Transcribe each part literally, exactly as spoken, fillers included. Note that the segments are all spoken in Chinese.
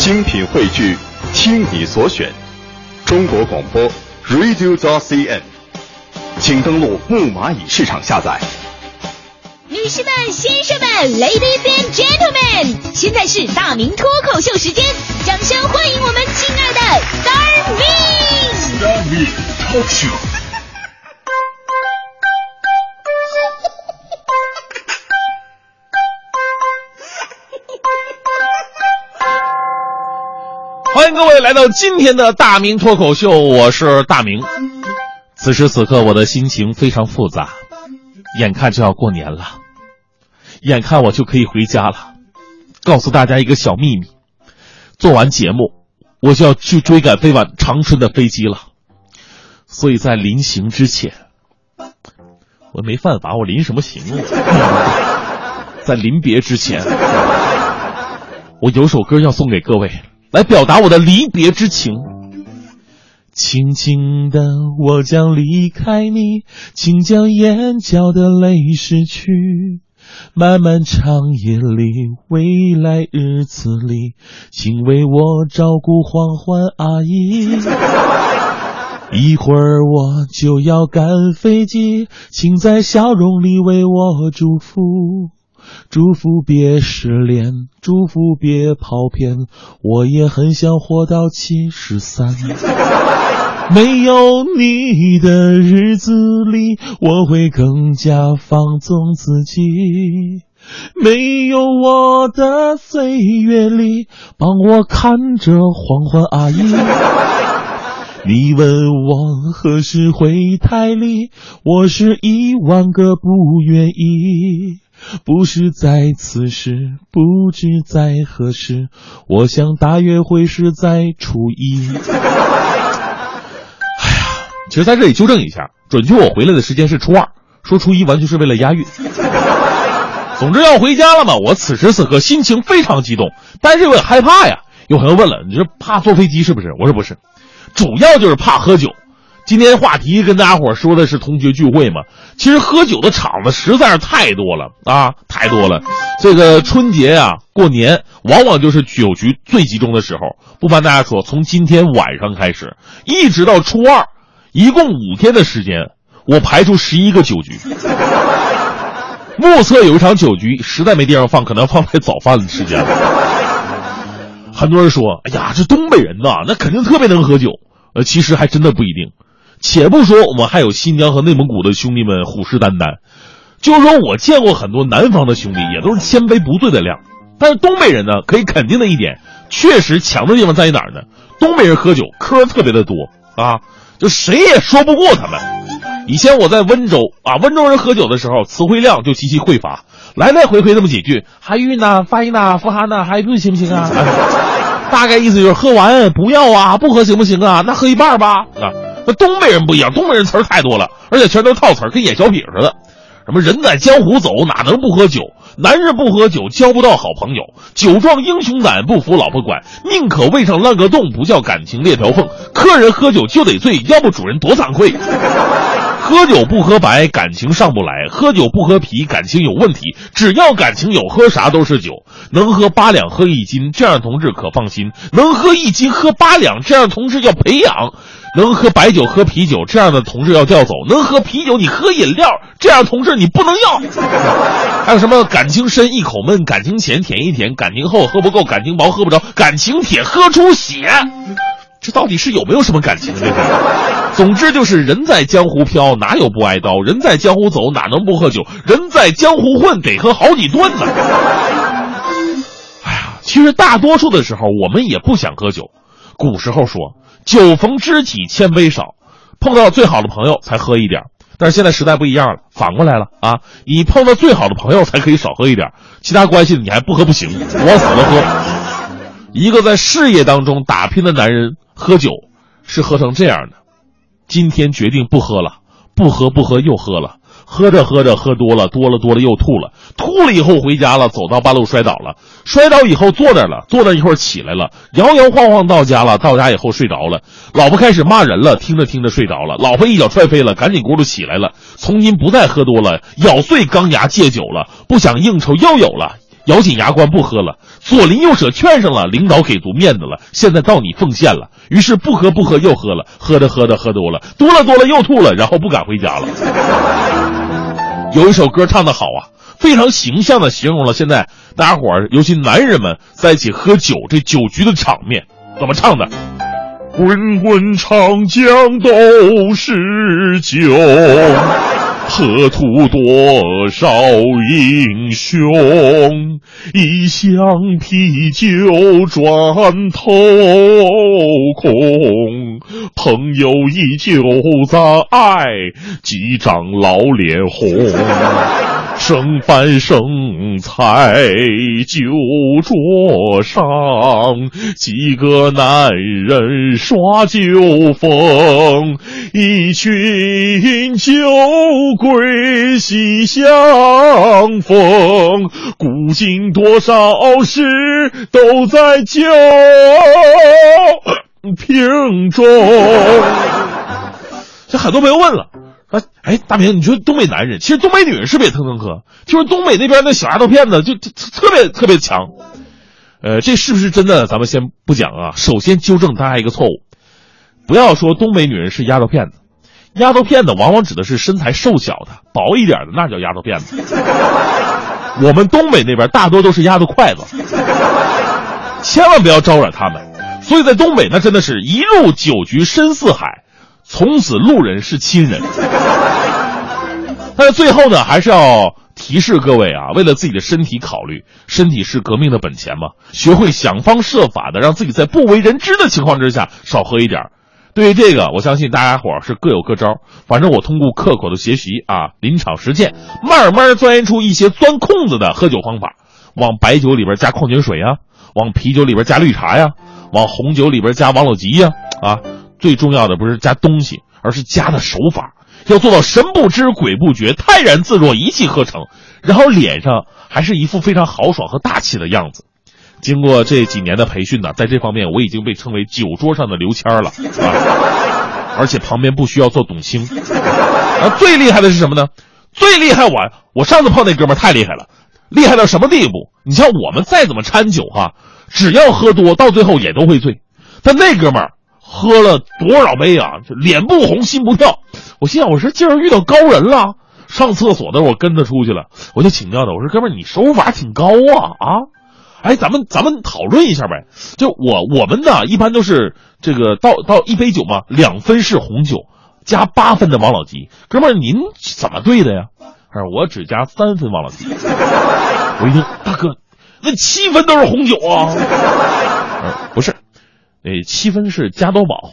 精品汇聚，听你所选，中国广播 radio dot c n， 请登录木蚂蚁市场下载。 女士们、先生们 ，Ladies and Gentlemen， 现在是大明脱口秀时间，掌声欢迎我们亲爱的 Star Me。Star Me Talk Show。 欢迎各位来到今天的大明脱口秀，我是大明。此时此刻我的心情非常复杂，眼看就要过年了，眼看我就可以回家了。告诉大家一个小秘密，做完节目我就要去追赶飞往长春的飞机了。所以在临行之前，我没犯法，我临什么行啊？在临别之前，我有首歌要送给各位，来表达我的离别之情。轻轻的我将离开你，请将眼角的泪拭去，漫漫长夜里，未来日子里，请为我照顾黄欢阿姨。一会儿我就要赶飞机，请在笑容里为我祝福，祝福别失恋，祝福别跑偏，我也很想活到七十三。没有你的日子里，我会更加放纵自己。没有我的岁月里，帮我看着黄欢阿姨。你问我何时回台里，我是一万个不愿意。不是在此时，不知在何时，我想大约会是在初一。哎呀，其实在这里纠正一下，准确我回来的时间是初二，说初一完全是为了押韵。总之要回家了嘛，我此时此刻心情非常激动，但是有点害怕呀。有朋友问了，你说怕坐飞机是不是？我说不是，主要就是怕喝酒。今天话题跟大家伙说的是同学聚会嘛，其实喝酒的场子实在是太多了啊，太多了。这个春节啊，过年往往就是酒局最集中的时候。不瞒大家说，从今天晚上开始，一直到初二，一共五天的时间，我排出十一个酒局。目测有一场酒局实在没地方放，可能放在早饭的时间了。很多人说，哎呀，这东北人呐，那肯定特别能喝酒。呃，其实还真的不一定。且不说我们还有新疆和内蒙古的兄弟们虎视眈眈，就是说我见过很多南方的兄弟也都是千杯不醉的量。但是东北人呢，可以肯定的一点，确实强的地方在于哪儿呢？东北人喝酒嗑特别的多啊，就谁也说不过他们。以前我在温州啊，温州人喝酒的时候词汇量就极其匮乏，来来回回这么几句，还韵呐、发音呐、富含呐，还韵行不行啊？大概意思就是喝完不要啊，不喝行不行啊？那喝一半吧啊。那东北人不一样，东北人词儿太多了，而且全都套词儿，跟演小品似的。什么人在江湖走，哪能不喝酒？男人不喝酒，交不到好朋友。酒壮英雄胆，不服老婆管。宁可胃上烂个洞，不叫感情裂条缝。客人喝酒就得醉，要不主人多惭愧。喝酒不喝白，感情上不来；喝酒不喝啤，感情有问题。只要感情有，喝啥都是酒。能喝八两，喝一斤，这样同志可放心；能喝一斤，喝八两，这样同志要培养；能喝白酒，喝啤酒，这样的同志要调走；能喝啤酒，你喝饮料，这样同志你不能要。还有什么感情深一口闷，感情浅舔一舔，感情厚喝不够，感情薄喝不着，感情铁喝出血。这到底是有没有什么感情这个？总之就是人在江湖飘，哪有不挨刀？人在江湖走，哪能不喝酒？人在江湖混，得喝好几顿呢。哎呀，其实大多数的时候我们也不想喝酒。古时候说，酒逢知己千杯少，碰到最好的朋友才喝一点。但是现在时代不一样了，反过来了啊！你碰到最好的朋友才可以少喝一点，其他关系你还不喝不行，我死了喝。一个在事业当中打拼的男人喝酒是喝成这样的，今天决定不喝了，不喝不喝又喝了，喝着喝着喝多了，多了多了又吐了，吐了以后回家了，走到半路摔倒了，摔倒以后坐那儿了，坐那一会儿起来了，摇摇晃晃到家了，到家以后睡着了，老婆开始骂人了，听着听着睡着了，老婆一脚踹飞了，赶紧轱辘起来了，从今不再喝多了，咬碎钢牙戒酒了，不想应酬又有了， 咬紧牙关不喝了，左邻右舍劝上了，领导给足面子了，现在到你奉献了，于是不喝不喝又喝了，喝着喝着喝多了，多了多了又吐了，然后不敢回家了。有一首歌唱得好啊，非常形象地形容了现在大家伙儿，尤其男人们在一起喝酒这酒局的场面。怎么唱的？滚滚长江都是酒，喝吐多少英雄，一箱啤酒转头空，朋友依旧在，几张老脸红，剩饭剩菜酒桌上，几个男人耍酒疯，一群酒鬼喜相逢，古今多少事都在酒瓶中。这很多朋友问了，说哎，大明，你觉得东北男人，其实东北女人是不是也蹭蹭喝？就是东北那边那小丫头片子就就特别特别强。呃，这是不是真的？咱们先不讲啊。首先纠正大家一个错误，不要说东北女人是丫头片子，丫头片子往往指的是身材瘦小的、薄一点的，那叫丫头片子。我们东北那边大多都是丫头筷子，千万不要招惹他们。所以在东北，那真的是一入酒局深似海。从此路人是亲人。但是最后呢，还是要提示各位啊，为了自己的身体考虑，身体是革命的本钱嘛，学会想方设法的让自己在不为人知的情况之下少喝一点。对于这个，我相信大家伙是各有各招，反正我通过刻苦的学习啊，临场实践，慢慢钻研出一些钻空子的喝酒方法。往白酒里边加矿泉水啊，往啤酒里边加绿茶呀，往红酒里边加王老吉呀，啊最重要的不是加东西，而是加的手法，要做到神不知鬼不觉，泰然自若，一气呵成，然后脸上还是一副非常豪爽和大气的样子。经过这几年的培训呢，在这方面我已经被称为酒桌上的刘谦了啊！而且旁边不需要做董卿。而最厉害的是什么呢？最厉害我我上次碰那哥们儿太厉害了，厉害到什么地步？你像我们再怎么掺酒哈，只要喝多，到最后也都会醉。但那哥们儿喝了多少杯啊，就脸不红心不跳。我心想，我说今儿遇到高人了。上厕所的时候我跟他出去了，我就请教他，我说哥们儿，你手法挺高啊啊！哎，咱们咱们讨论一下呗。就我我们呢，一般都是这个倒倒一杯酒嘛，两分式红酒加八分的王老吉。哥们儿，您怎么兑的呀？他说我只加三分王老吉。我一听，大哥，那七分都是红酒啊？不是。呃，七分是加多宝，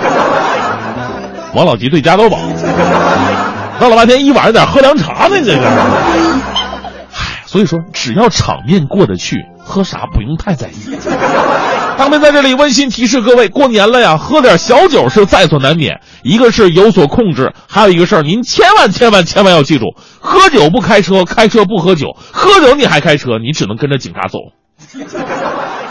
王老吉对加多宝，闹了半天一晚上点喝凉茶呢，这个。唉，所以说只要场面过得去，喝啥不用太在意。当面在这里温馨提示各位，过年了呀，喝点小酒是在所难免，一个是有所控制，还有一个事儿您千万千万千万要记住，喝酒不开车，开车不喝酒，喝酒你还开车，你只能跟着警察走。